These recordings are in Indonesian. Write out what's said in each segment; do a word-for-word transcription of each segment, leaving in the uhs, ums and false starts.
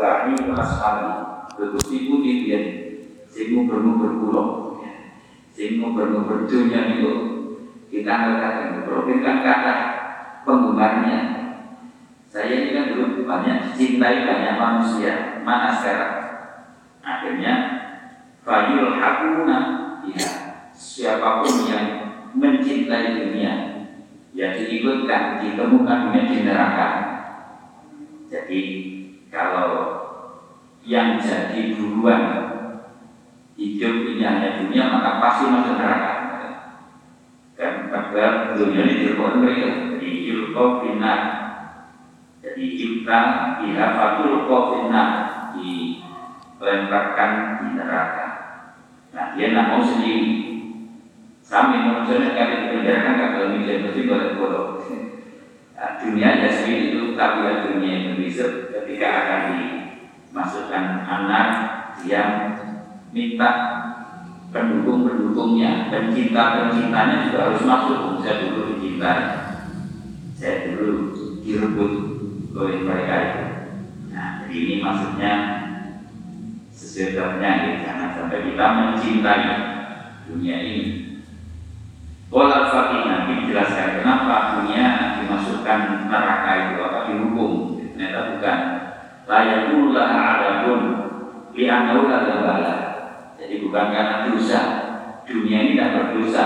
Gani Ashabi Begusti putih dia Sing nguber-nguber pulau Sing nguber-nguber dunia itu kita mengatakan Provinkan kata penggemarnya. Saya ini kan dulu banyak cintai banyak manusia. Mana sekarang? Akhirnya Fayul hakuna ya, siapapun yang mencintai dunia yang diikutkan, ditemukan di neraka. Jadi kalau yang jadi duluan hidup ini hanya dunia, maka pasti masuk neraka. Dan pada dunia ini dilakukan mereka jadi yulqa finnar. Jadi kita dihafatul finnar, dilemparkan di neraka. Nah dia tidak mau sendiri. Sampai manusia kali dipenjarakan kalau bisa bersih boleh bodoh. Nah, dunia ada sendiri itu, tapi dunia itu bisa ketika akan dimasukkan anak yang minta pendukung-pendukungnya, pencinta-pencintanya juga harus masuk. Saya dulu dicintai, saya dulu direbut oleh mereka itu. Nah, jadi ini maksudnya sesedapnya ya, jangan sampai kita mencintai dunia ini. Wal Fatihah dijelaskan kenapa dunia dimasukkan neraka itu atau dihukum. Ternyata bukan layakullah adapun li'anaulah gambala. Jadi bukan karena dosa. Dunia ini tidak berdosa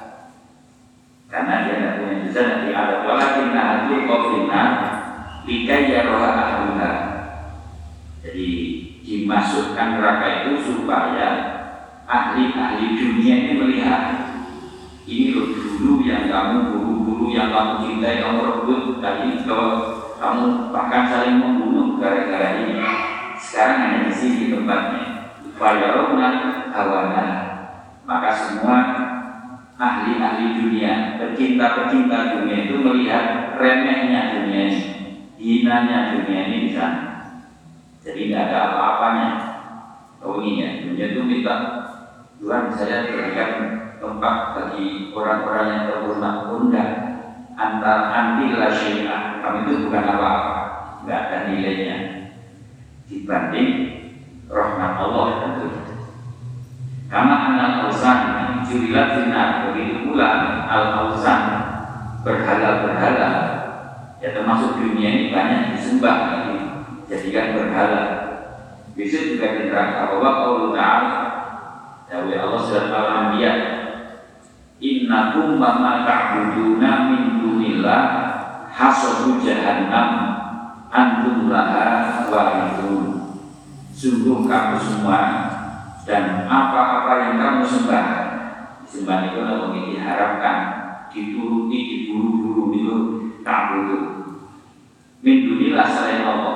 karena dia tidak punya dosa. Nanti ada walakinna hadul qafina likaya roha ahluha. Jadi dimasukkan neraka itu supaya ahli-ahli dunia ini melihat, ini loh dulu yang kamu buru-buru, yang kamu cintai, kamu rebut, tadi kalau kamu bahkan saling membunuh gara-gara ini. Sekarang hanya di sini tempatnya. Fayarona hawana. Maka semua ahli-ahli dunia, pecinta-pecinta dunia itu melihat remehnya dunia ini, hinanya dunia ini di sana. Jadi tidak ada apa-apanya. Oh ini ya, dunia itu minta Tuhan saya berikan tempat bagi orang-orang yang terhormat-hormat antara anti lasyai'ah. Kami itu bukan apa-apa, tidak ada nilainya dibanding rahmat Allah tentu. Karena al-awsan jurilat sinar, begitu pula al-awsan berhala-berhala ya, termasuk dunia ini banyak disembah, dijadikan berhala. Besok juga di neraka bahwa Allah Ta'ala Yahweh Allah surat Al-Anbiya, innakum ma ta'buduna min dunillah hasabu jahannam antum laha waridun. Sungguh kamu semua dan apa-apa yang kamu sembah, sembah itu adalah diharapkan, dituruti, diburu-buru itu ta'budu min dunillah selain Allah,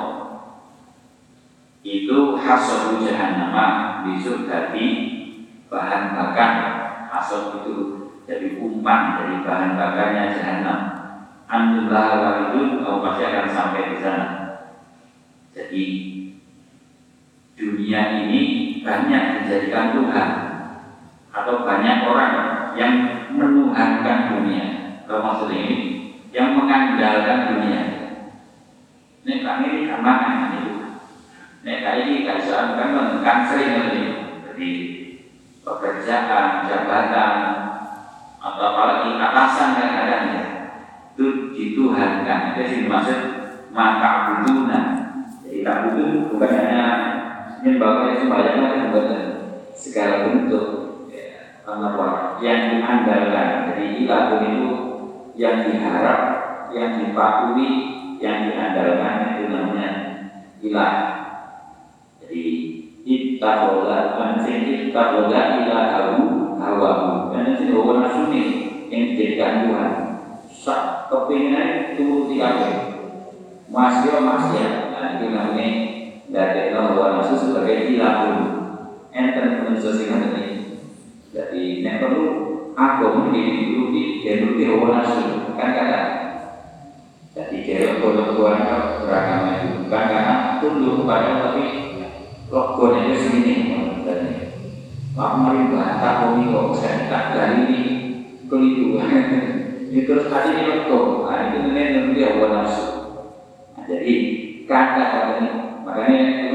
itu hasabu jahannam, besok jadi bahan bakar. Hasab itu jadi umpan, dari bahan bakarnya jahannam. Antumlah waridun, kamu pasti akan sampai di sana. Jadi dunia ini banyak dijadikan Tuhan, atau banyak orang yang menuhankan dunia. Termasuk ini yang mengandalkan dunia. Nek ini kemana itu? Nek ini kerjaan kan kan sering ini. Jadi pekerjaan, jabatan, atau apalagi atasan kadang-kadang ya, itu dituhankan. Itu sih dimaksud maka buduna. Jadi tak butuh bukan hanya menyembah sembahyang, tapi bukan segala bentuk ya, apa yang diandalkan. Jadi ilah itu yang diharap, yang dipatuhi, yang diandalkan, itu namanya ilah. Jadi ittahola mancing ittahola ilahahu hawahu, karena itu hawa nafsu ini yang dijadikan Tuhan. Sak kepinginnya turuti apa? Masya masya. Nah itu namanya dari hawa nafsu sebagai ilahun. Enten menyesuaikan ini. Jadi yang perlu agama dituruti, dituruti hawa nafsu. Kan kata. Jadi dia golongan beragama itu bukan karena tunduk kepada, tapi logonya itu segini. Aku mari bantah kami kok saya tak dari ini keliru. Ini terus tadi ini logo. Nah itu namanya nanti hawa nafsu. Nah, jadi kata-kata ini makanya itu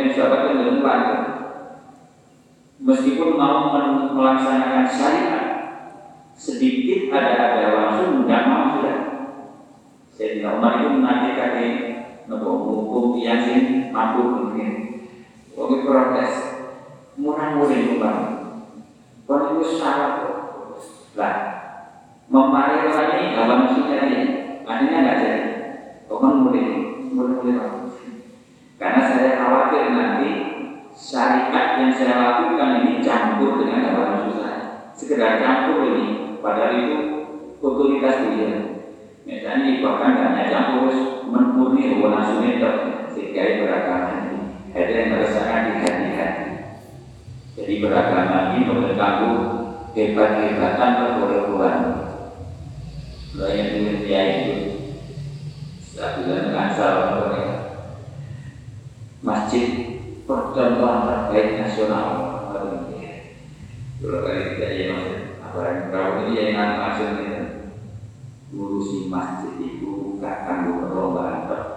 meskipun mau melaksanakan syariat, sedikit ada-ada langsung nggak mau sudah. Sayyidina Umar itu menanti kaki nopo hukum yasin mampu mungkin. Kami protes, murah-murah Umar. Kalau itu salah lah, memari orang ini apa maksudnya ini? Akhirnya nggak jadi. Kamu mulai, mulai mulai. Karena saya khawatir nanti syariat yang saya lakukan ini campur dengan apa maksud saya. Sekedar campur ini, padahal itu otoritas dia. Misalnya bahkan hanya campur menmurni hawa nafsu itu sehingga beragama ini. Itu yang harus sangat dihati-hati. Jadi beragama ini mengganggu hebat-hebatan perburuan. Banyak dunia itu satu bulan kansal mereka masjid percontohan terbaik nasional. Kalau kali tidak ya mas, apa yang tahu ini yang anak masuk ini ngurusi masjid itu kakak perlombaan ter,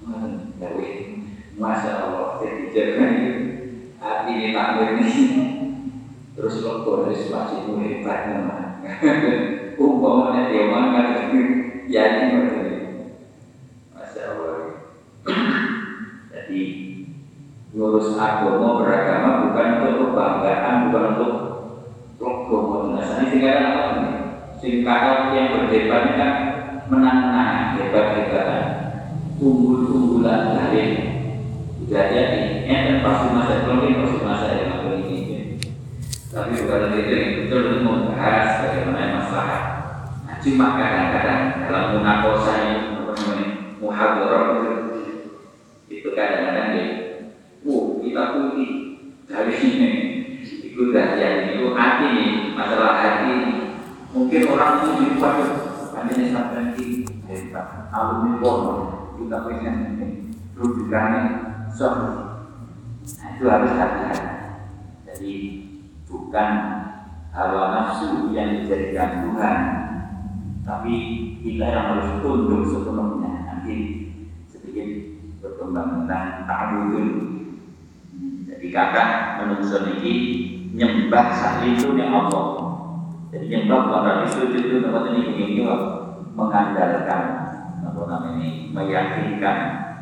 masya Allah, jadi jangan hati ini takmir ini terus logo dari masjid itu hebat nama, umpamanya dia mana ya ini masya Allah. Jadi ngurus agama beragama bukan untuk kebanggaan, bukan untuk logo motivasi. Tinggal apa ini? Singkatan yang berdebat ini kan menang-menang, hebat-hebatan, unggul-unggulan dari sudah jadi. Yang pasti masa belum pasti masa yang aku ini. Tapi bukan itu yang betul untuk membahas bagaimana masalah. Nah, cuma kadang-kadang dalam munakosa ini, muhadharah itu kadang-kadang dia, wow kita putih dari ini, itu dah yang itu hati nih, masalah hati ini. Mungkin orang itu dibuat hanya sampai ini, alumni porno, kita pengen rujukannya sorry. Nah itu harus hati-hati. Jadi bukan hawa nafsu yang dijadikan Tuhan, tapi kita yang harus tunduk sepenuhnya. Nanti sedikit berkembang tentang ta'budun. Jadi kata menungso niki nyembah sak lintune Allah. Jadi nyembah pada sujud itu tempat ini begini mengandalkan apa namanya meyakinkan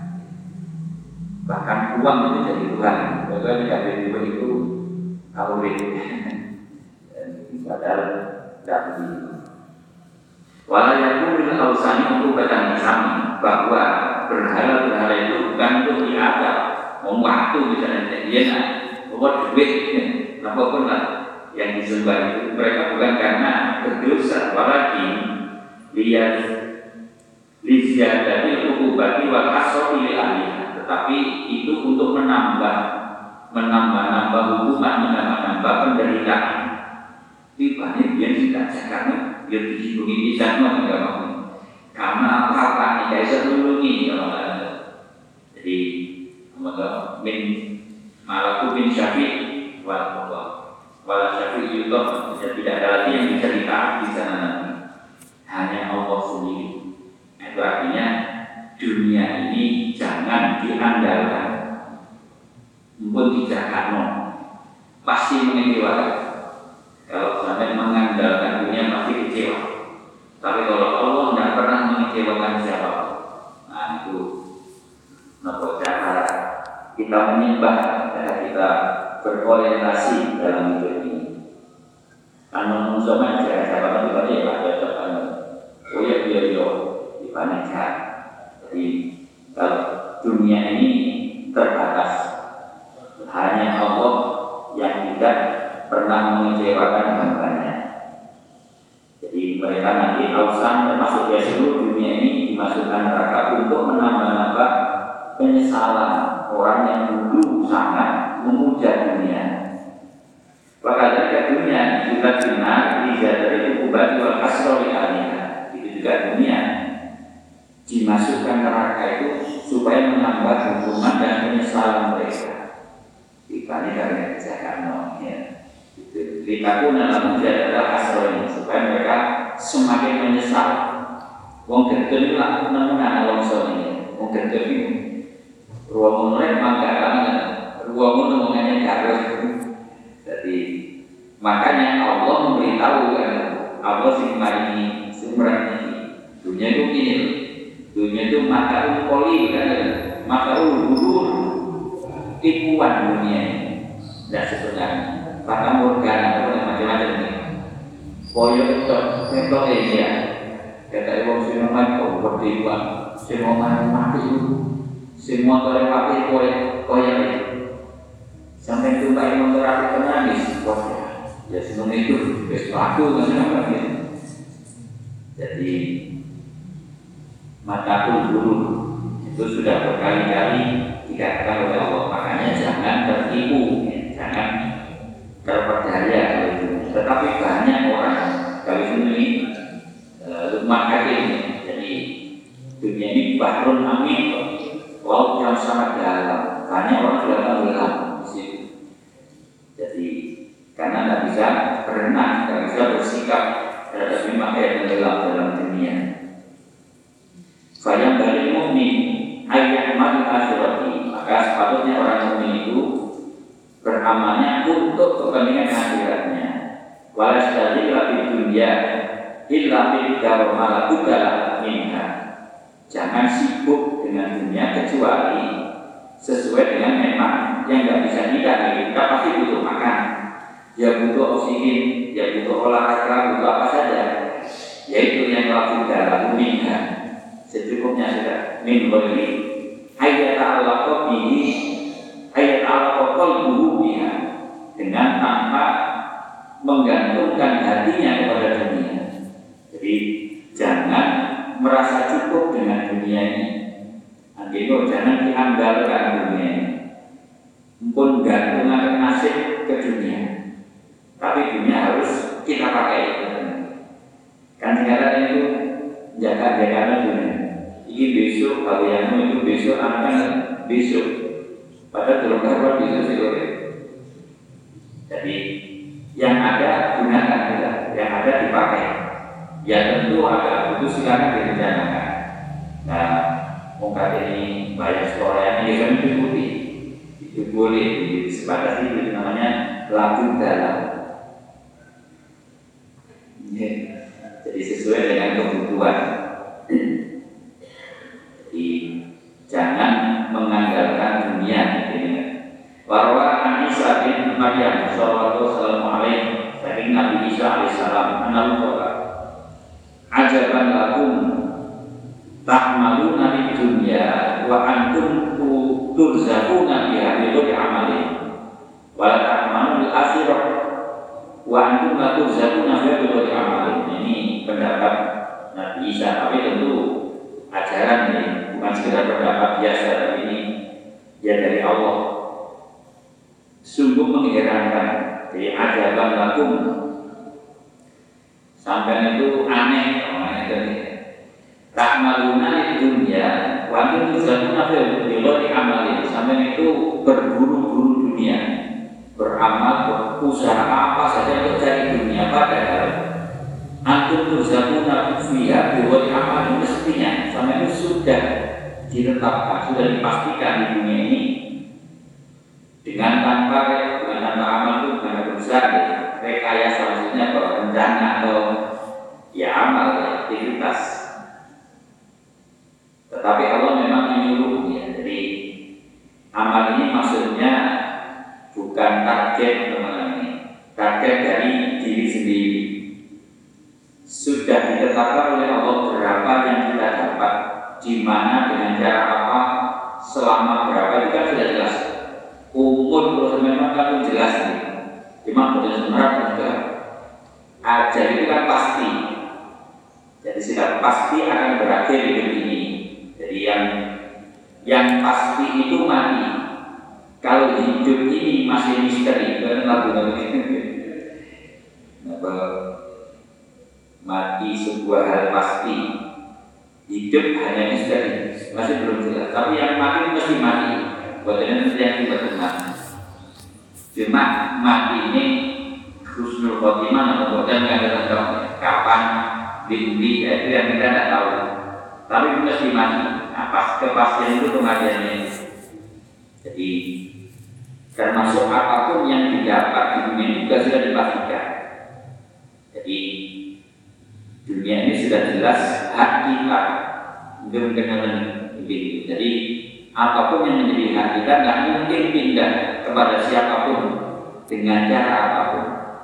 bahkan uang itu jadi Tuhan. Bahkan tidak ada dua itu kawin. Padahal tidak begitu. Walaupun al-ausani untuk batang Islam bahwa berhala-berhala itu bukan untuk diadab, mau waktu misalnya dia nak, mau duit, apapun lah yang disembah itu mereka bukan karena berdosa, apalagi lihat lihat dari ukubati wal asrofi alih, tetapi itu untuk menambah menambah-nambah hukuman, menambah-nambah penderitaan. Tiba-tiba dia tidak karena dia dihubungi bisa semua tidak mau. Karena apa-apa tidak bisa melindungi kalau ada. Jadi maka min malaku bin syafiq wal Allah wal syafiq itu tidak ada lagi yang bisa ditaat di sana nanti. Hanya Allah sendiri. Itu artinya dunia ini jangan diandalkan. Mumpun tidak kano pasti mengecewakan. Kalau sampai mengandalkan dunia pasti kecewa. Tapi kalau Allah tidak pernah mengecewakan siapa, nah itu nopo cara kita menyembah, cara kita berorientasi dalam hidup ini. Anu sama cara siapa nanti tadi ya ada jawaban. Oh ya dia dia di mana cara. Jadi kalau dunia ini terbatas, hanya Allah yang tidak pernah mengecewakan hambanya. Jadi mereka nanti ausan termasuk ya seluruh dunia ini dimasukkan neraka untuk menambah-nambah penyesalan orang yang dulu sangat memuja dunia. Maka dari dunia juga benar tidak dari ubat wal kasroli alihah. Itu juga dunia dimasukkan neraka itu supaya menambah hukuman dan penyesalan mereka. Dibanding dari kejahatan ya. Ditakuna lalu tidak ada asal supaya mereka semakin menyesal. Wong gedhe lah nemenan longsor ini. Wong gedhe iki ruang mulai mangga kan ruang ngono ngene karo. Jadi Makanya Allah memberitahu kan, Allah sing maringi sumber ini. Dunia itu gini, dunia itu mata ukoli kan, mata ulur tipuan dunia ini. Tidak sebenarnya, mata morgana macam-macam ini. Koyo itu, itu Asia. Kata ibu sinuman kau bertipuan, sinuman mati itu, semua orang mati koyo koyo itu. Sampai itu kayak motor api penangis, koyo. Ya senang itu, sesuatu macam apa gitu. Jadi mata guru itu sudah berkali-kali dikatakan oleh Allah, makanya jangan tertipu, ya. Jangan terperdaya. Tetapi banyak orang kali ini Lukman Hakim, jadi dunia ini bahrun amin, laut yang sangat dalam, banyak orang sudah tenggelam di situ. Jadi karena tidak bisa berenang, tidak bisa bersikap terhadap memang yang tenggelam dalam dunia. Fayam balik mukmin ayat mal akhirati, maka sepatutnya orang mukmin itu beramalnya untuk kepentingan akhiratnya. Walas dari lebih dunia, ilabil dalam malakutala minha. Jangan sibuk dengan dunia kecuali sesuai dengan memang yang nggak bisa dihindari. Kita pasti butuh makan. Ya butuh oksigen, ya butuh olahraga, butuh apa saja, yaitu yang laku dalam minha, secukupnya sudah min beri ayat Allah kopi ayat Allah kolbu biha, dengan tanpa menggantungkan hatinya kepada dunia. Jadi jangan merasa cukup dengan dunia ini. Andino jangan diandalkan dunia ini. Mumpun gantungkan nasib ke dunia. Tapi dunia harus kita pakai. Kan sekarang itu jaga-jaga dunia. Ini besok, kalau yang itu besok, anak-anak besok. Padahal belum kapan besok sih. Jadi yang ada gunakan kita, yang ada dipakai. Ya tentu ada, itu silakan direncanakan. Nah, mungkin ini banyak sekolah yang bisa diikuti. Itu boleh disebatasi, itu namanya lagu dalam. Jadi sesuai dengan kebutuhan. Jadi jangan mengandalkan dunia. Warwa Anisa bin Maryam sallallahu alaihi saking Nabi Isa alaihissalam analuka ajaban lakum ta'maluna di dunia wa antum turzaquna biha bi amali wa la ta'maluna bil akhirah wa antum la turzaquna biha bi amali. Ini pendapat Nabi Isa, tapi tentu ajaran ini bukan sekedar pendapat biasa, tapi ini ya dari Allah. Sungguh mengherankan. Jadi ajaban lakum, sampai itu aneh, namanya tadi. Tak maluna di dunia, waktu itu satu nabi beliau diamalin, sampai itu berburu-buru dunia, beramal, berusaha apa saja untuk cari dunia. Padahal antum turzaquna fiha beliau diamalin mestinya, sampai itu sudah ditetapkan, sudah dipastikan di dunia ini. Dengan tanpa dengan tanpa amal itu bukan berusaha, rekayasa maksudnya kalau rencana atau ya amal, ya, aktivitas. Tetapi Allah memang menyuruh ya. Jadi amal ini maksudnya bukan target teman-teman ini, target dari diri sendiri. Sudah ditetapkan oleh Allah berapa yang kita dapat, di mana, dengan cara apa, selama berapa, juga sudah jelas. Umur terus memang kan jelas nih. Cuma betul sebenarnya juga ajar itu kan pasti. Jadi sudah pasti akan berakhir hidup ini. Jadi yang yang pasti itu mati. Kalau hidup ini masih misteri, kan lagu-lagu ini. Mati sebuah hal pasti. Hidup hanya misteri, masih belum jelas. Tapi yang mati mesti mati. Buatnya mesti yang kita kenal. Cuma mati ini husnul khotimah atau bukan nggak tahu kapan dindi, itu yang kita tidak tahu. Tapi mesti mati. Nah, pas kepastian itu pengajiannya. Jadi termasuk apapun yang didapat di dunia juga sudah dipastikan. sudah jelas hak kita dengan ini. Jadi apapun yang menjadi hak kita nggak mungkin pindah kepada siapapun dengan cara apapun.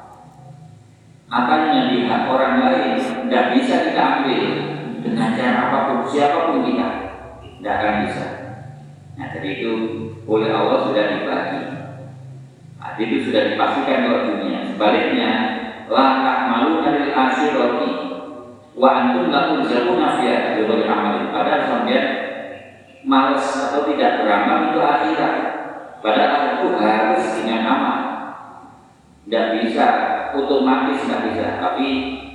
Apa yang menjadi hak orang lain tidak bisa kita ambil dengan cara apapun, siapapun kita tidak akan bisa. Nah, jadi itu oleh Allah sudah dibagi. Nah, itu sudah dipastikan oleh dunia. Sebaliknya, la ta'malu anil akhirati wa antum la turzaquna fiha bi amal. Padahal sampean malas atau tidak beramal itu akhirat. Padahal itu harus dengan amal. Tidak bisa otomatis, tidak bisa. Tapi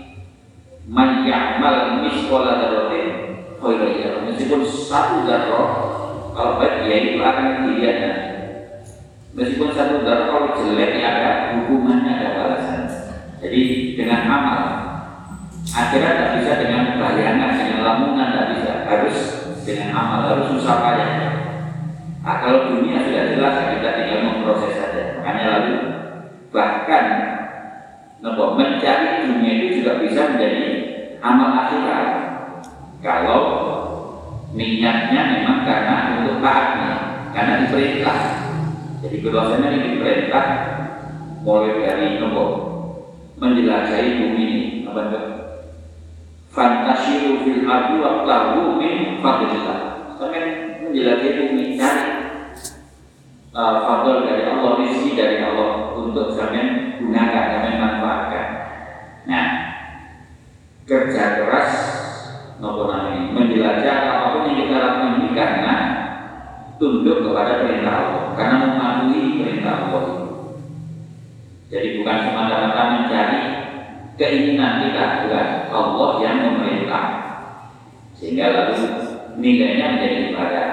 man ya'mal misqala dzarratin khairan yarah. Meskipun satu dzarrah kalau baik ya itu akan dilihatnya. Meskipun satu dzarrah kalau jelek ya ada hukumannya, ada balasan. Jadi dengan amal. Akhirat tidak bisa dengan bayangan, dengan lamunan tidak bisa. Harus dengan amal, harus susah payah. Nah, kalau dunia sudah jelas kita tinggal memproses saja. Makanya lalu bahkan nopo mencari dunia itu juga bisa menjadi amal akhirat kalau niatnya memang karena untuk taatnya, karena diperintah. Jadi keduanya ini diperintah mulai dari nopo menjelajahi bumi ini, apa itu? Fantasiru fil ardi wa tahu min fadlillah. Sampai menjelajahi bumi, cari uh, fadl dari Allah, rezeki dari Allah untuk sampai gunakan, sampai manfaatkan. Nah, kerja keras nopo namanya menjelajah apapun yang kita lakukan ini karena tunduk kepada perintah Allah, karena mematuhi perintah Allah itu. Jadi bukan semata-mata mencari keinginan kita, bukan, Allah yang memerintah, sehingga lalu nilainya menjadi ibadah.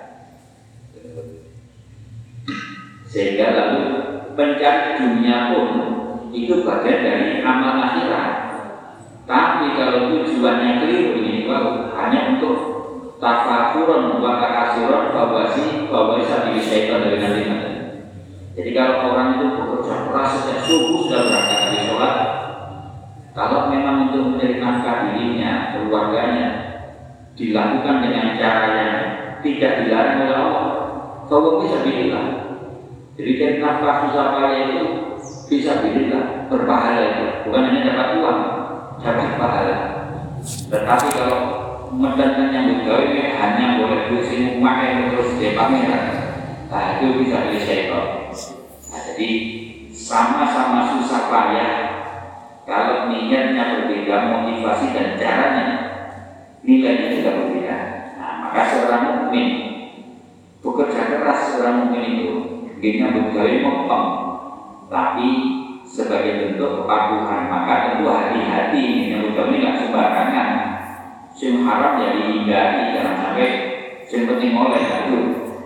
Sehingga lalu mencari dunia pun itu bagian dari amal akhirat. Tapi kalau tujuannya keliru ini, wow, hanya untuk tafakuran, wa takasiran, fawasi, fawasi diri syaitan dari nanti. Jadi kalau orang itu bekerja keras sejak subuh sudah berangkat dari sholat, kalau memang untuk mencari nafkah dirinya, keluarganya, dilakukan dengan cara yang tidak dilarang oleh Allah, kalau bisa dibilang. Jadi cari nafkah susah payah itu bisa dibilang berpahala itu, bukan hanya dapat uang, dapat pahala. Tetapi kalau mendatangkan yang begawe hanya boleh pusing memakai terus dia pameran, nah itu bisa disyaitan. Nah, jadi sama-sama susah payah, kalau niatnya berbeda, motivasi dan caranya, nilainya juga berbeda. Nah, maka seorang mukmin bekerja keras, seorang mukmin itu dia begawe mopong, tapi sebagai bentuk kepatuhan, maka tentu hati-hati. Yang begawe ini nggak sembarangan. Yang haram ya dihindari, jangan sampai yang penting oleh itu.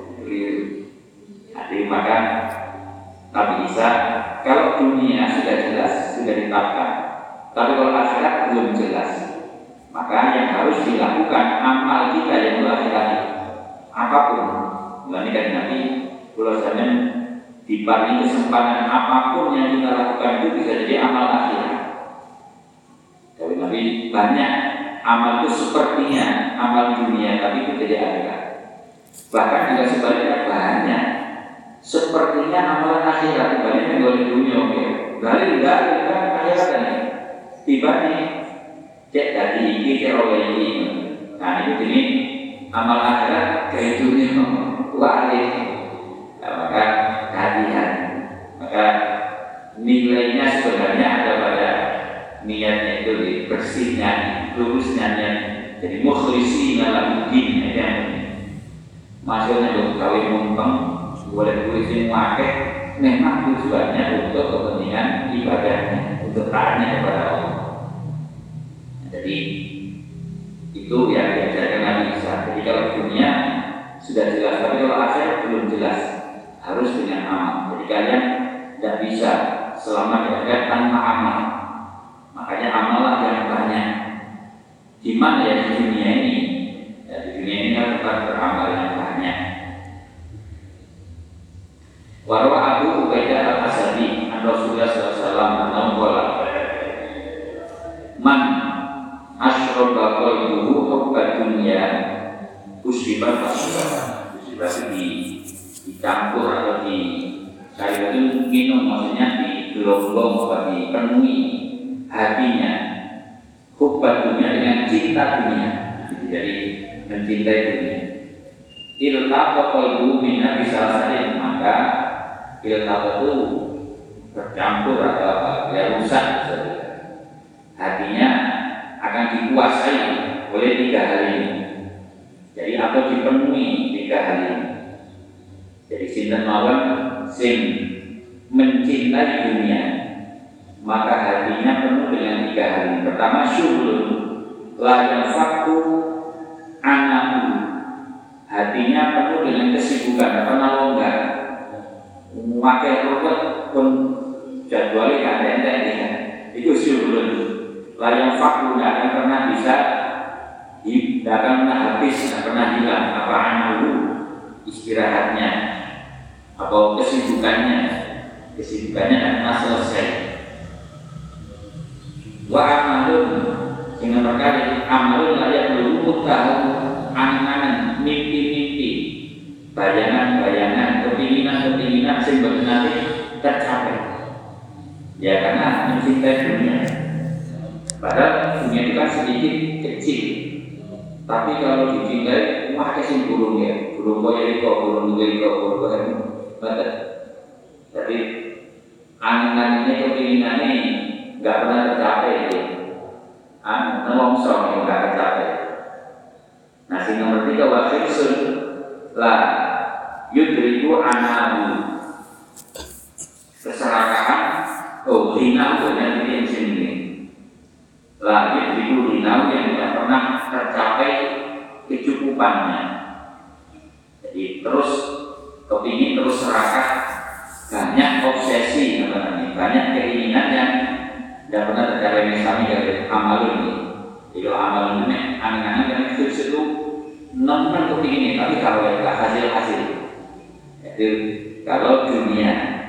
Jadi maka tapi bisa kalau dunia sudah jelas, sudah ditetapkan. Tapi kalau akhirat belum jelas, maka yang harus dilakukan amal kita yang akhirat apapun. Ini kan nanti kalau saya dibagi kesempatan apapun yang kita lakukan itu bisa jadi amal akhirat. Tapi nanti banyak amal itu sepertinya amal dunia, tapi itu jadi akhirat. Bahkan juga sebaliknya banyak sepertinya amalan akhirat dibanding dengan dunia. Oke, balik balik kan akhirat ini. Tiba nih cek tadi ini cek oleh ini. Nah itu jadi amal akhirat ke dunia wali. Nah, maka hati-hati. Maka nilainya sebenarnya ada pada niatnya itu, di bersihnya, lurusnya niat. Jadi mukhlisi dalam din yang maksudnya untuk kawin mumpeng boleh tulisin wakil, memang tujuannya untuk kepentingan ibadahnya, untuk taatnya kepada Allah. Jadi itu yang diajarkan Nabi Isa. Jadi kalau dunia sudah jelas, tapi kalau akhirat belum jelas, harus dengan amal. Jadi kalian tidak bisa selama di akhirat tanpa amal. Makanya amalah yang banyak. Di mana ya di dunia ini? Ya, di dunia ini harus beramal yang banyak. Warwa Abu Ubaidah Al-Asadi an Rasulullah sallallahu alaihi wasallam annahu qala man asyraba dicampur atau di saya itu minum, maksudnya di gelong-gelong atau dipenuhi hatinya hubbat dunia dengan cinta dunia, jadi mencintai dunia. Iltaqa qalbu minna bisalsalin, maka iltaqa itu bercampur atau apa ya, rusak, hatinya akan dikuasai oleh tiga hal ini. Jadi atau dipenuhi tiga hal ini. Jadi sinten mawon sing mencintai dunia, maka hatinya penuh dengan tiga hal ini. Pertama, syuhrun la yanfaqu anahu, hatinya penuh dengan kesibukan, apa longgar, memakai robot pun jadwalnya gak ada enteng-enteng. Itu syuhrun la yanfaqu, gak akan pernah bisa, tidak akan pernah habis, tidak pernah hilang apa anahu, istirahatnya atau kesibukannya, kesibukannya tidak pernah selesai. Wa amalun, sehingga perkara amalun layak berumur tahu angan-angan, mimpi-mimpi, bayangan-bayangan, kepinginan-kepinginan sehingga nanti tercapai. Ya karena mencintai dunia. Padahal dunia itu kan sedikit kecil, tapi kalau dicintai, wah kesini burung ya, burung koyeriko, burung koyeriko, burung koyeriko, betul. Jadi angan-angannya, kepinginannya nggak pernah tercapai, anu nelongsong yang nggak tercapai. Nah, si nomor tiga wakil sun lah yudriku anahu, keserakahan, oh rina punya diri sendiri. Lah yudriku rina yang tidak pernah tercapai kecukupannya. Jadi terus kepingin terus serakah, banyak obsesi namanya, banyak keinginan yang tidak pernah tercapai. Misalnya dari amalun ini, jadi amalun ini angan-angan yang itu itu non-non kepingin, tapi kalau yang hasil-hasil, itu kalau dunia,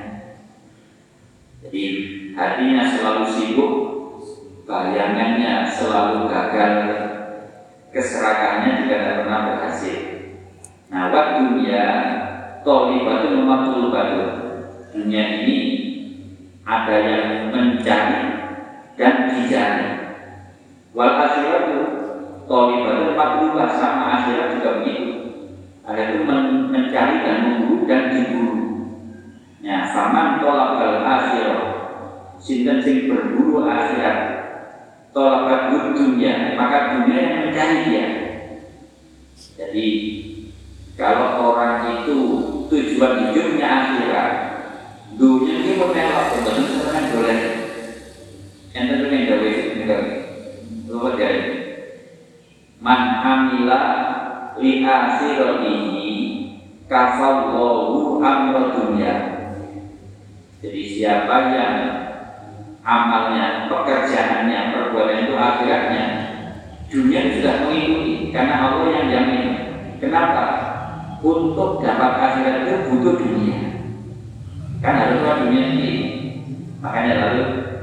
jadi hatinya selalu sibuk, bayangannya selalu gagal, keserakahannya juga tidak pernah berhasil. Nah, waktu dunia tolibatu mematul batu, dunia ini ada yang mencari dan dicari. Wal akhiratu tolibatu mematul, sama akhirat juga begitu. Ada itu men mencari dan memburu dan diburu. Nah, faman tolabal akhirat, sinten sing berburu akhirat, tolabat dunia, maka dunia yang mencari dia. Jadi kalau orang itu tujuan hidupnya akhirat, dunia ini menelok, sebenarnya kan boleh. Yang tentu yang gawe itu, lupa dari man amila li akhiratihi kafallahu amra dunia. Jadi siapa yang amalnya, pekerjaannya, perbuatan itu akhiratnya, dunia sudah mengikuti karena Allah yang jamin. Kenapa? Untuk dapat akhirat itu butuh dunia. Kan harusnya dunia ini. Makanya lalu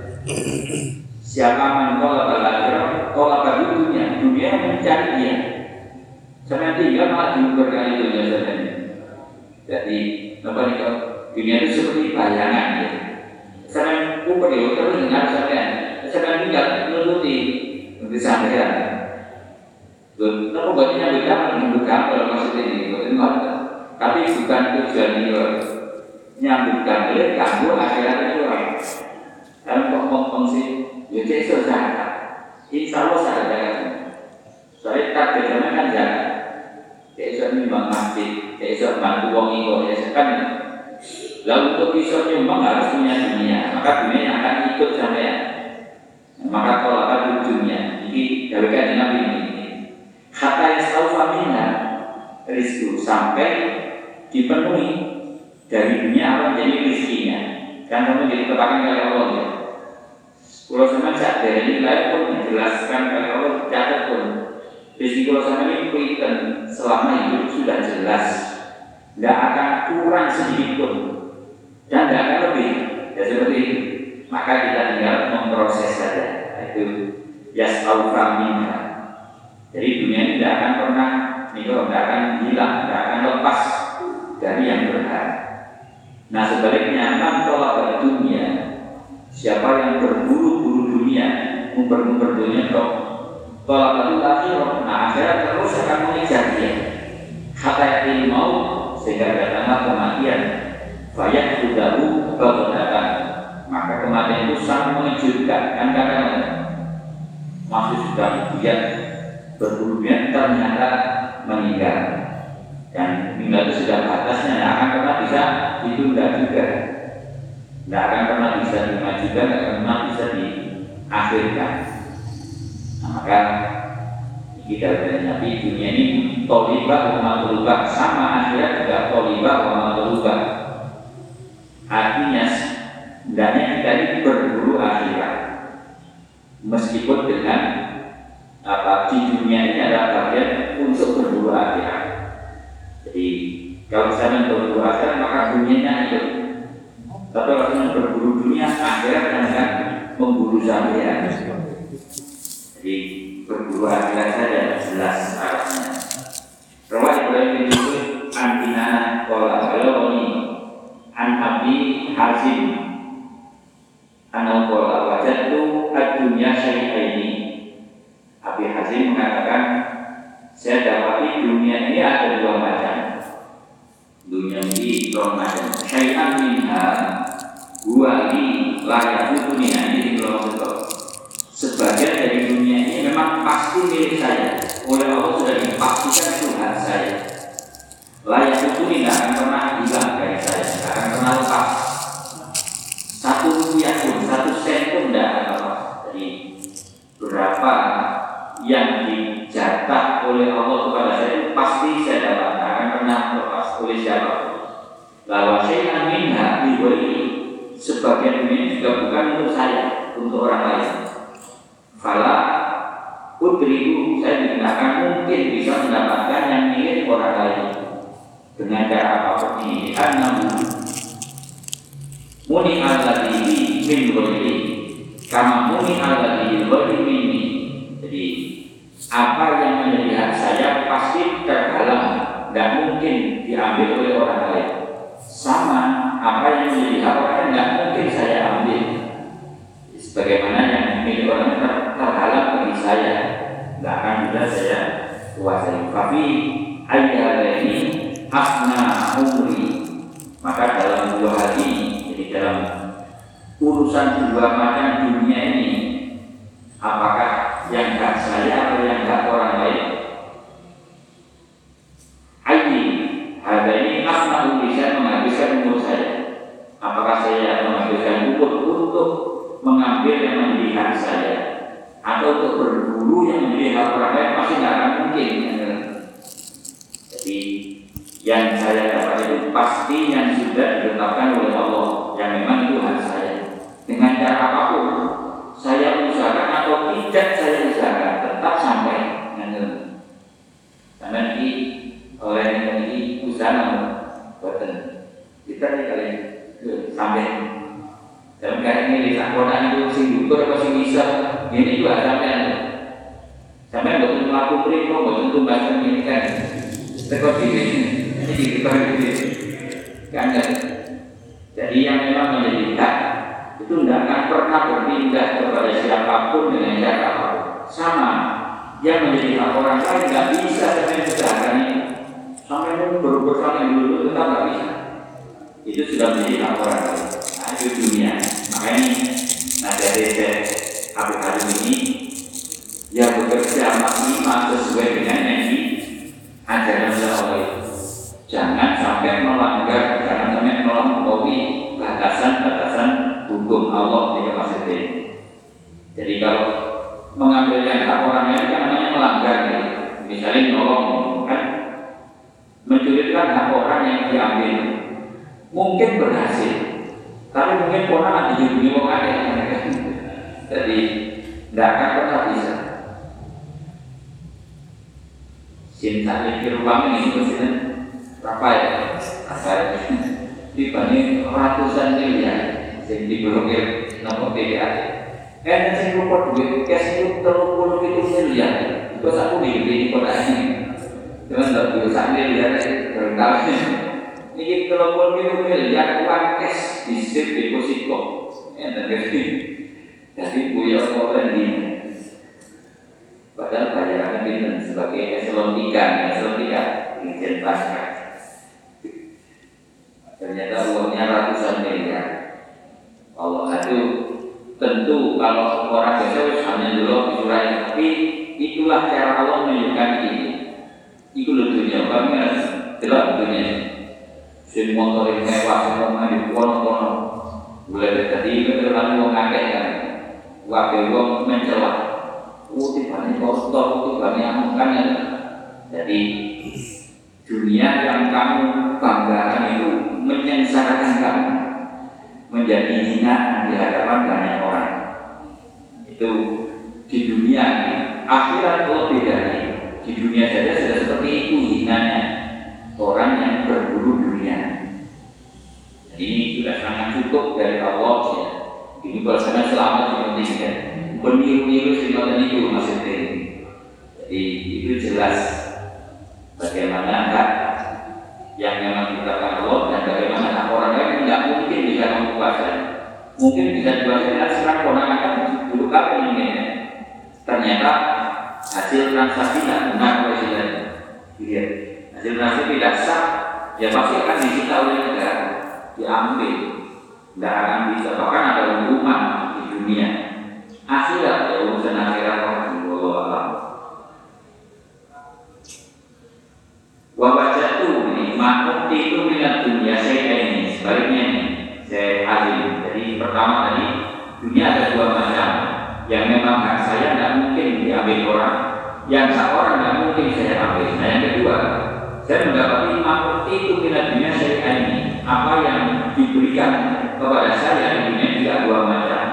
siapa menolak akhirat, tolak dunia, dunia mencari dia. Sampai tinggal malah diukurkan itu ya saudara. Jadi apa nih, dunia itu seperti bayangan ya. Sampai ukur ya, terus dengar sampai sampai tinggal menuruti untuk sampean. Tuh, nopo baginya beda menyambut gambar maksudnya ini, tapi bukan tujuan ini. Nyambut gambar, ganggu akhirat itu orang. Karena kok ngomong sih, ya jadi susah. Insya Allah saya jaga. Soalnya tak bagaimana kan jaga. Jadi nyumbang masjid, jadi bantu uang itu, ya kan. Lalu untuk bisa nyumbang harus punya dunia, maka dunia yang akan ikut sampai. Maka kalau ada dunia, jadi dari kajian Nabi ini, kata yang selalu familia, rizku sampai dipenuhi dari dunia apa jadi rizkinya. Kan kamu jadi tepakan oleh Allah ya. Kalau sama saat dari nilai pun dijelaskan oleh Allah, catat pun. Rizki kalau sama ini kuitan selama hidup sudah jelas, tidak akan kurang sedikit pun. Dan tidak akan lebih, ya seperti itu. Maka kita tinggal memproses saja. Itu yas'aufa minha. Jadi dunia ini tidak akan pernah, tidak akan hilang, tidak akan lepas dari yang berhak. Nah sebaliknya, man tolak dunia, siapa yang berburu-buru dunia, ngumpet-ngumpet dunia dong, tolak itu akhirah, nah akhirat terus akan mengejar dia. Kata yang mau sehingga datanglah kematian, banyak sudahu kebenaran, maka kematian itu sangat mengejutkan. Kan kadang-kadang masih sudah dia berburu dunia ternyata meninggal. Dan meninggal itu sudah batasnya, tidak akan pernah bisa ditunda juga, tidak akan pernah bisa dimajukan, tidak akan pernah bisa diakhirkan. Nah, maka kita dari Nabi, dunia ini tolibah wa matulubah, sama akhirat juga tolibah wa matulubah. Artinya hendaknya kita ini berburu akhirat, meskipun dengan apa di dunia ini ada bagian untuk berburu akhirat. Jadi kalau saya berburu akhirat maka dunianya itu. Tapi kalau saya berburu dunia, akhirat akan memburu saya. Jadi berburu akhirat saja jelas arahnya. Rawat Ibrahim bin Yusuf antina kola baloni an-Abi Hazim anal kola wajatu ad-dunya syai'aini. Abi Hazim mengatakan, saya dapati dunia ini ada dua macam. Dunia ini dua macam. Syai'an minha huwa li la dunia ini kalau sebagian dari dunia ini memang pasti milik saya. Oleh Allah sudah dipastikan Tuhan saya. Layak itu tidak akan pernah hilang dari saya, tidak akan pernah lepas. Satu rupiah pun, satu sen pun tidak akan lepas. Jadi berapa yang dijatah oleh Allah kepada saya itu pasti saya dapat, tidak akan pernah lepas oleh siapa. Lawa syai'an minha diberi sebagian ini juga bukan untuk saya, untuk orang lain. Fala udriku, saya tidak akan mungkin bisa mendapatkan yang milik orang lain dengan cara apapun ini. Karena muni alladhi min ghairi kama muni alladhi ghairi minni. Jadi apa yang menjadi hak saya pasti terhalang, tidak mungkin diambil oleh orang lain. Sama apa yang menjadi hak orang lain tidak mungkin saya ambil. Sebagaimana yang milik orang lain terhalang bagi saya, tidak akan bisa saya kuasai. Tapi ayat ini asna umri, maka dalam dua hal ini, jadi dalam urusan dua macam dunia ini, apakah yang hak saya atau yang hak orang lain? Ayat ada ini asna umri, saya menghabiskan umur saya. Apakah saya menghabiskan umur untuk mengambil yang menjadi hak saya, atau untuk berburu yang menjadi hak orang lain? Pasti tidak akan mungkin. Jadi yang saya dapat itu pasti yang sudah ditetapkan oleh Allah, yang memang itu hak saya. Dengan cara apapun saya usahakan atau tidak saya usahakan, tetap sampai. Karena ini oleh ini usaha buatan kita ini kali sampai. Dalam kali ini lihat kodan itu sing dukur atau sing bisa ini juga sampai sampai betul melakukan perintah, betul tumbaskan ini kan tekor diri ini dikipar diri kan. Jadi yang memang menjadi hak itu tidak akan pernah berpindah kepada siapapun dengan cara apapun. Sama yang menjadi hak orang lain tidak bisa sampai usahakan ini sampai berubah sampai dulu tetap tidak bisa. Itu sudah menjadi hak orang lain. Nah, itu dunia. Makanya nah dari Abu Hazim ini yang bekerja maksimal sesuai dengan yang diajarkan oleh Allah. Jangan sampai melanggar, jangan sampai melampaui batasan-batasan hukum Allah di kapasitas ini. Jadi kalau mengambilkan hak orang lain kan namanya melanggar. Ya. Misalnya nolong kan, mencurikan hak orang yang diambil, mungkin berhasil. Tapi mungkin orang dihubungi orang lain, jadi tidak akan pernah bisa. Cinta mikir uang ini mestinya berapa ya? Apa ya? Dibanding ratusan miliar, yang diblokir nomor P D A. Eh, saya lupa duit cash itu terlalu itu miliar. Terus aku beli di kota ini, cuma tidak bisa miliar berkali. Ini telepon itu miliar uang cash di sip deposito. Enak jadi, jadi punya orang ini. Padahal bayarannya bintang sebagai eselon tiga, eselon tiga Dirjen Pajak. Ternyata uangnya ratusan miliar. Allah itu tentu kalau orang biasa hanya dulu disurai, tapi itulah cara Allah menunjukkan ini. Itu lucunya, kami jelas lucunya. Si motor yang mewah, semua di kono-kono. Mulai dari tadi terlalu mengakeh kan, wakil uang mencelah. Oh, tibanya kotor, tibanya amukan ya. Jadi dunia yang kamu banggakan itu menyengsarakan kamu, menjadi hinaan di hadapan banyak orang. Itu di dunia ini. Akhirat lebih dari di dunia saja sudah seperti itu hinanya orang yang berburu dunia. Jadi ini sudah sangat cukup dari Allah ya. Ini bahasanya selamat dipentingkan. Peniru-niru simpan itu maksudnya. Jadi itu jelas bagaimana hak yang memang dikatakan Allah dan bagaimana hak orang lain tidak mungkin bisa menguasai. Mungkin bisa dikuasai sekarang orang akan dulu kapan ini. Ternyata hasil transaksi tidak benar oleh kita. Lihat, hasil transaksi tidak sah, ya pasti akan disita oleh negara, diambil, tidak akan bisa. Bahkan ada hukuman di dunia. Akhirat ya urusan akhirat orang Allah alam. Wabajatu ini makhluk itu minat dunia saya ini sebaliknya ini saya alim. Jadi pertama tadi dunia ada dua macam. Yang memang hak saya tidak mungkin diambil orang, yang hak orang tidak mungkin saya ambil. Nah yang kedua, saya mendapati makhluk itu minat dunia saya ini apa yang diberikan kepada saya di dunia juga dua macam.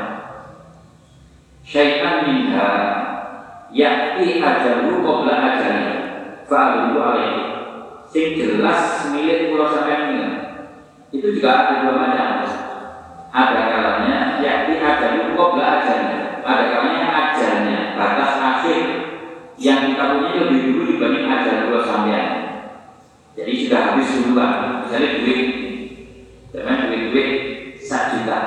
Syaitan minha yakti ajalu qabla ajali fa'alu alaihi. Sing jelas milik pulau sampean ini. Itu juga ada dua macam. Ada kalanya yakti ajalu qabla ajali. Ada kalanya ajalnya batas akhir yang kita punya lebih dulu dibanding ajal pulau sampean. Jadi sudah habis duluan. Misalnya duit, dengan duit-duit satu juta.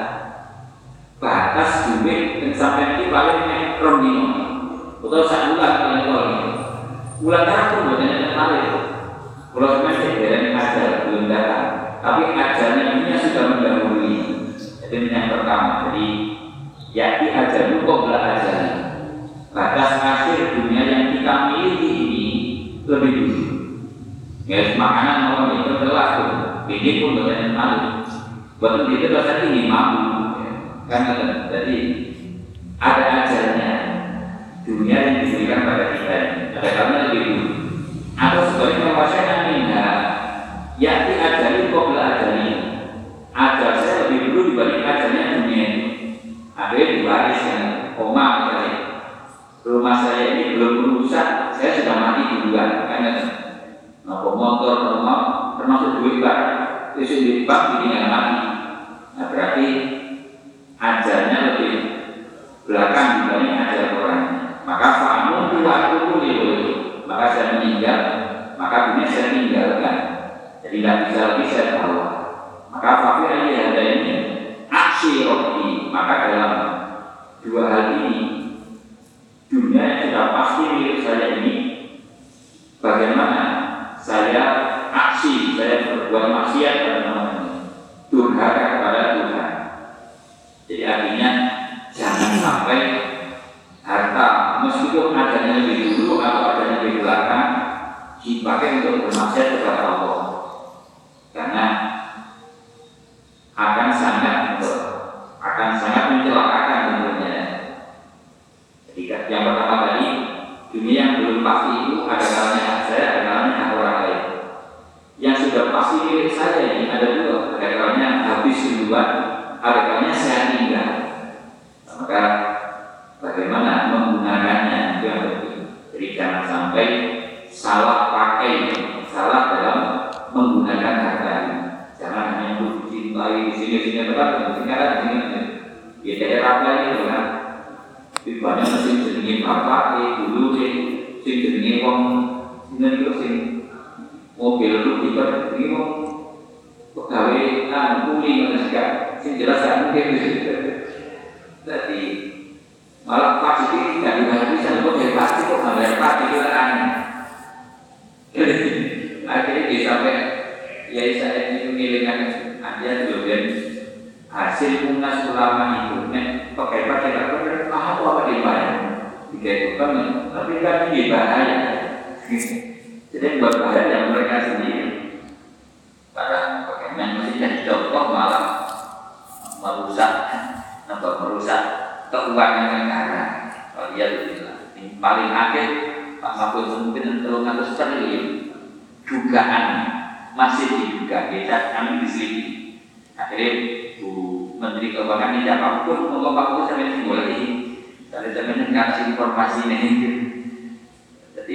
Batas duit dan sampai itu paling ekrom ini atau satu bulan paling tol ini bulan tahun bukan yang paling kalau sebenarnya dari ajar belum datang tapi ajarnya ini sudah mendahului. Itu yang pertama. Jadi yakni ajar itu kok belajar batas akhir dunia yang kita miliki ini lebih dulu. Guys, makanan mau itu telah tuh ini pun bukan yang malu buat itu dosa ini mampu. Karena jadi ada ajalnya dunia yang diberikan pada kita ini. Ada karena lebih dulu. Atau sebaliknya masyarakat minha yakni ajali qabla ajali. Ajal saya lebih dulu dibanding ajalnya dunia ini. Akhirnya diwariskan koma misalnya. Rumah saya ini belum rusak, saya sudah mati duluan. Karena nopo motor, rumah termasuk duit barang, itu duit bank ini yang mati. Nah berarti ajalnya lebih belakang dibanding ajal orang. Maka fahamu waktu dulu, maka saya meninggal, maka dunia saya tinggalkan. Jadi tidak bisa lagi saya bawa. Maka fakir ini ada ini aksi rohi. Maka dalam dua hal ini dunia yang sudah pasti milik saya ini, bagaimana saya aksi, saya berbuat maksiat pada durhaka kepada Tuhan. Jadi artinya jangan sampai harta meskipun adanya lebih dulu atau adanya lebih belakang dipakai untuk bermaksiat kepada Allah, karena akan sangat akan sangat mencelakakan tentunya. Jadi yang pertama tadi dunia yang belum pasti itu ada kalanya hak saya, ada kalanya hak orang lain. Yang sudah pasti milik saya ini ada dua, ada kalanya habis duluan, ada kalanya saya tinggal. Maka bagaimana menggunakannya itu yang penting. Jadi jangan sampai salah pakai, salah dalam menggunakan harta ini. Jangan hanya untuk dicintai di sini-sini tempat, di sini ada di sini. Di daerah lain kan, di banyak mesin jenenge bapak, dulu sih, sing jenenge wong, sini itu sing mobil lu dipercayai wong pegawai anu kuli manusia sing jelas kan mungkin jadi malah pasti ini nggak dihabiskan kok dari pasti kok nggak dari pasti itu aneh akhirnya dia sampai ya saya itu ngilingan aja dulu dan hasil munas ulama itu nek pakai pakai apa ah apa dibayar tiga itu kan tapi kan ini bahaya jadi buat bahaya yang mereka sendiri para pegawai masih jadi contoh malah merusak atau merusak keuangan negara. Kalau dia bilang ini paling akhir Pak Mahfud mungkin telung atus triliun dugaan masih diduga kita kami diselidiki. Akhirnya Bu Menteri Keuangan ini Pak Mahfud ngomong Pak Mahfud sampai minggu lagi. Dari zaman ngasih informasi ini. Jadi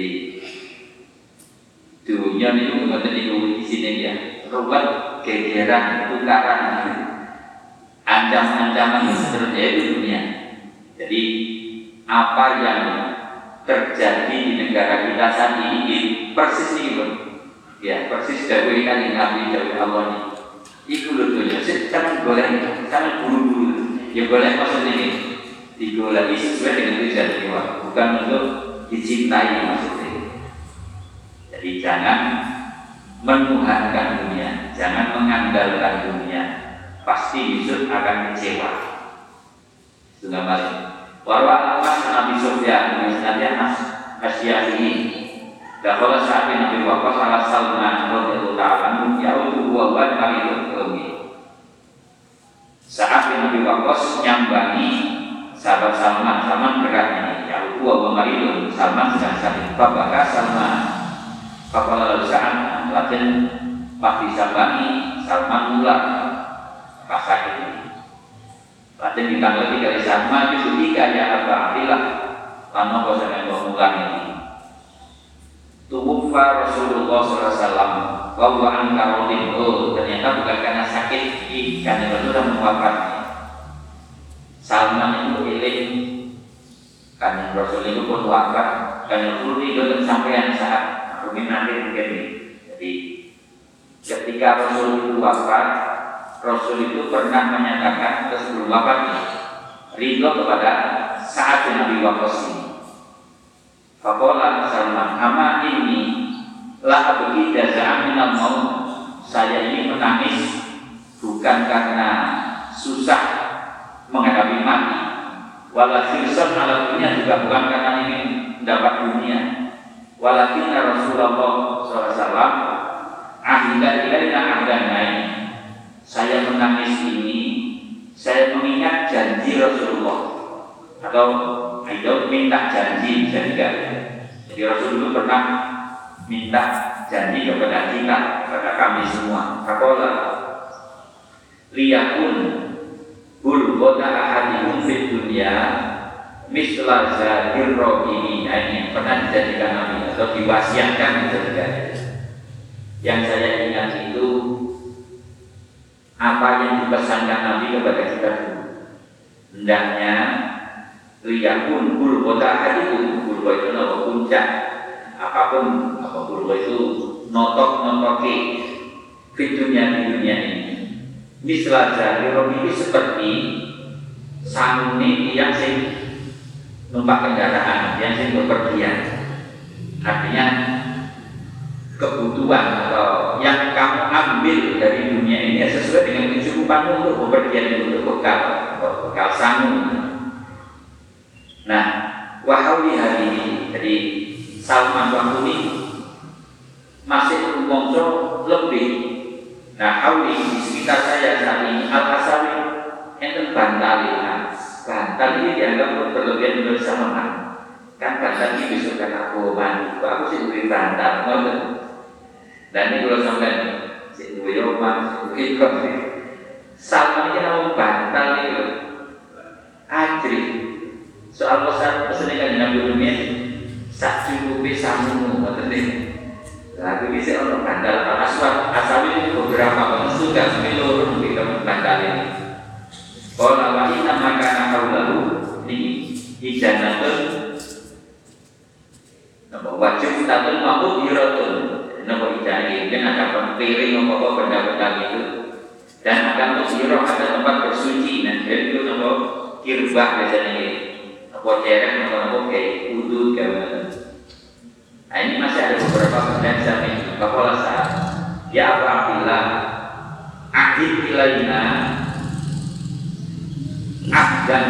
dunia itu bukan di sini ya. Ruwet, gegeran, tukaran, ancaman-ancaman seterusnya di dunia. Jadi apa yang terjadi di negara kita saat ini persis itu, ya persis dari kali Nabi dari Allah ini. Itu lucunya, jangan boleh, jangan buru-buru. Ya boleh maksud ini, digoleh sesuai dengan tujuan jiwa, bukan untuk dicintai maksudnya. Jadi jangan menuhankan dunia, jangan mengandalkan dunia, pasti Yusuf akan kecewa. Sudah balik. Warwa awas Nabi Sufyan, misalnya Mas Asy'ari. Dahulu saat Nabi Waqqas salah Salman radhiyallahu ta'ala yaitu dua bulan kali itu. Saat Nabi Waqqas nyambangi sahabat Salman, Salman beratnya, yaitu dua bulan itu Salman sedang sakit. Bapak Salman, Bapak saat latihan Pak disambangi Salman mulak pas sakit ini. Latihan ditanggapi dari Salman itu tiga ya apa artilah lama bosan yang mulak ini. Tubuh Rasulullah shallallahu alaihi wasallam bahwa angkarotin oh ternyata bukan karena sakit karena Rasulullah mewafatnya. Salman itu iling karena Rasul itu pun wafat karena Rasul itu sampai saat mungkin nanti mungkin ini. Jadi ketika Rasul itu wafat, Rasul itu pernah menyatakan sebelum wafatnya ridho kepada saat Nabi Waqqas ini. Faqala Salman, "Ama ini la abdi jaza'an minal maut." Saya ini menangis bukan karena susah menghadapi mati, wala sirsan ala dunia juga bukan karena ingin mendapat dunia. Walakin Rasulullah shallallahu alaihi wasallam ahida ilaina ahdanai. Saya menangis ini, saya mengingat janji Rasulullah atau itu minta janji juga. Jadi Rasul itu pernah minta janji kepada kita, kepada kami semua. Faqala liyakun bulghata ahadikum fid dunya misla zadir rohini. Ini pernah dijadikan nabi atau diwasiatkan dijadikan. Yang saya ingat itu apa yang dipesankan Nabi kepada kita dulu. Hendaknya liyakun bulghata ahadikum, bulgha itu nama puncak apapun, apa bulgha itu notok-notoki di dunia di dunia ini. Misla zadir rohini seperti sanguni yang sing numpak kendaraan yang sing bepergian, artinya kebutuhan atau yang kamu ambil dari dunia ini sesuai dengan kecukupanmu untuk bepergian untuk bekal atau bekal sangu. Nah, wahauli hari ini, jadi Salman waktu ini masih umumso lebih. Nah, hauli di sekitar saya saat ini al-asawi enten bantali. Bantal ini dianggap berlebihan menurut Salman. Kan bantal ini bisa kata aku mandi, aku sih beri bantal, ngoten. Dan ini kalau sampai si duwe omah, si duwe kopi, Salman ini nama bantal itu ajri. Soal pesan pesan yang Nabi dunia sak cukupi samumu, ngoten nih. Lalu bisa orang bantal aswad asal ini beberapa orang sudah seluruh di bantal ini. Kalau awalnya maka nakal lalu ini ijanatun, nama wajib tatun mampu iratun. Kenapa ijani? Mungkin ada piring apa-apa benda-benda gitu. Dan akan tersiroh ada tempat bersuci. Dan jadi itu nama kirbah biasanya ini. Apa cerek atau apa kayak udut kayak. Nah ini masih ada beberapa potensi ini. Bahwa saat ya apabila akhir ilaina abdan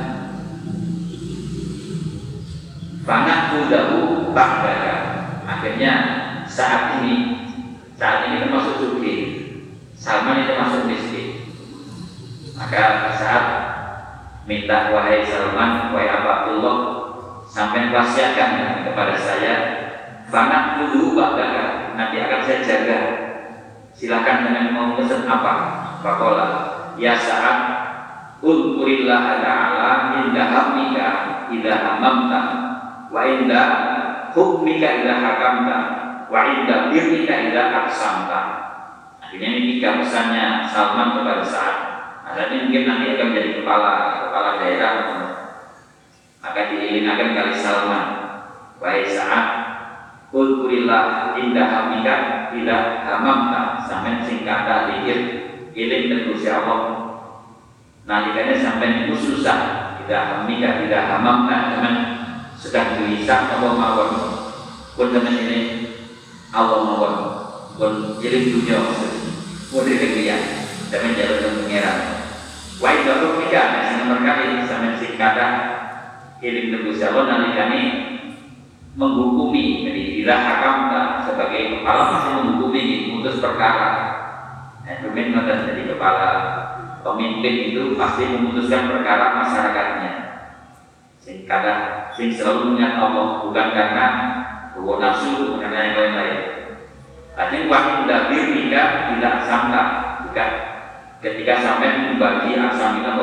fanak kudahu ba'daka. Akhirnya saat ini saat ini termasuk suki, Salman itu termasuk miskin. Maka saat minta wahai Salman, wahai Abdullah, sampai wasiatkan kepada saya, fanak kudahu ba'daka, nanti akan saya jaga. Silakan dengan mau pesan apa? Faqala ya saat ulqurillah ta'ala inda hamika idza hamamta wa inda hukmika idza hakamta wa inda birnika idza aqsamta. Akhirnya ini tiga pesannya Salman kepada Sa'ad. Artinya mungkin nanti akan menjadi kepala kepala daerah, maka diingatkan kali Salman, wahai Sa'ad, ulqurillah inda hamika idza hamamta, sampai singkat dikir iling terus ya Allah. Nalikanya sampai itu susah, tidak hamika tidak hamamta, teman sedang gelisah Allah mawon pun teman ini Allah mawon pun jadi dunia boleh kegiatan teman jalan ke pengeran wa idza rufika asing berkali sampai singkata iling terus ya Allah. Nalikanya menghukumi, jadi bila hakamta sebagai kepala masih menghukumi memutus perkara. Nah, pemimpin jadi kepala pemimpin itu pasti memutuskan perkara masyarakatnya. Sing kadang sing selalu mengingat Allah, bukan karena hawa nafsu, bukan karena yang lain-lain. Artinya wahyu dabir jika tidak sangka, jika ketika sampai membagi asam itu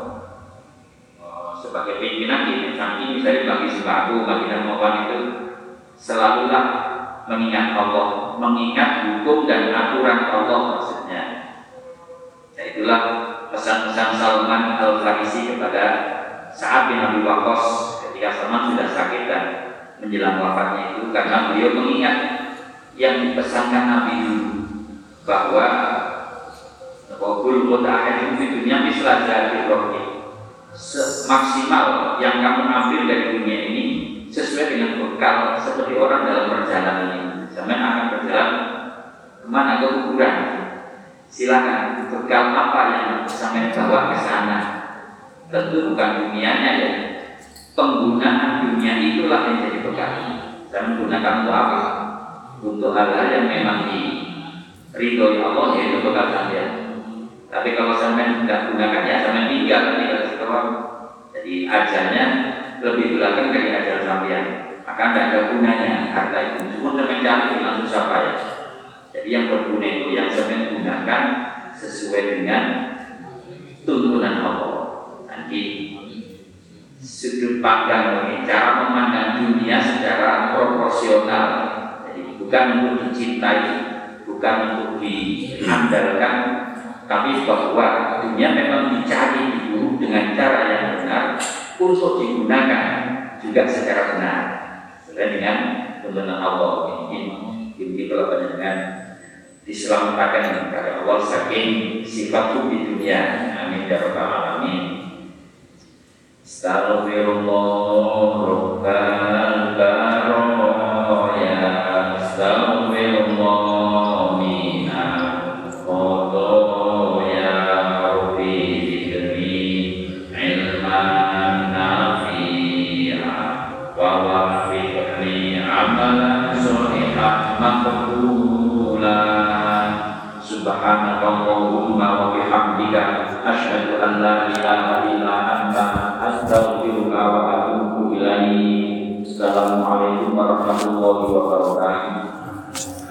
sebagai pimpinan di samping misalnya bagi sembako, bagi dermawan itu selalulah mengingat Allah, mengingat hukum dan aturan Allah maksudnya. Nah itulah pesan-pesan Salman Al-Farisi kepada Sa'ad bin Abi Waqqas ketika Salman sudah sakit dan menjelang wafatnya itu, karena beliau mengingat yang dipesankan Nabi dulu bahwa waqul quta'ahum fi dunya misla dzalika rohni, maksimal yang kamu ambil dari dunia ini sesuai dengan bekal seperti orang dalam perjalanan ini. Sampai akan berjalan kemana? Ke kuburan. Silakan bekal apa yang sampai bawa ke sana. Tentu bukan dunianya ya. Penggunaan dunia itulah yang jadi bekal. Dan menggunakan untuk apa? Untuk hal-hal yang memang diridhoi Allah, yaitu bekal kalian. Tapi kalau sampai tidak gunakan ya sampai tinggal tinggal setelah. Jadi ajalnya lebih belakang dari ajal sampean, maka tidak ada gunanya harta itu. Semua mencari dengan susah payah. Jadi yang berguna itu yang sampean gunakan sesuai dengan tuntunan Allah. Nanti sudut pandang ini, cara memandang dunia secara proporsional. Jadi bukan untuk dicintai, bukan untuk diandalkan, tapi bahwa dunia memang dicari dulu dengan cara yang benar untuk digunakan juga secara benar sesuai dengan tuntunan Allah. Ini ini kalau dengan diselamatkan oleh Allah saking sifat di dunia. Amin ya rabbal alamin. Astaghfirullah rabbal baraya, astaghfirullah minal qadaya rabbi zidni ilman nafi'a wa wafiqni amalan sholihan maqbula. Subhanakallahumma wa bihamdika asyhadu an la ilaha illa anta astaghfiruka wa atubu ilaik. Assalamualaikum warahmatullahi wabarakatuh.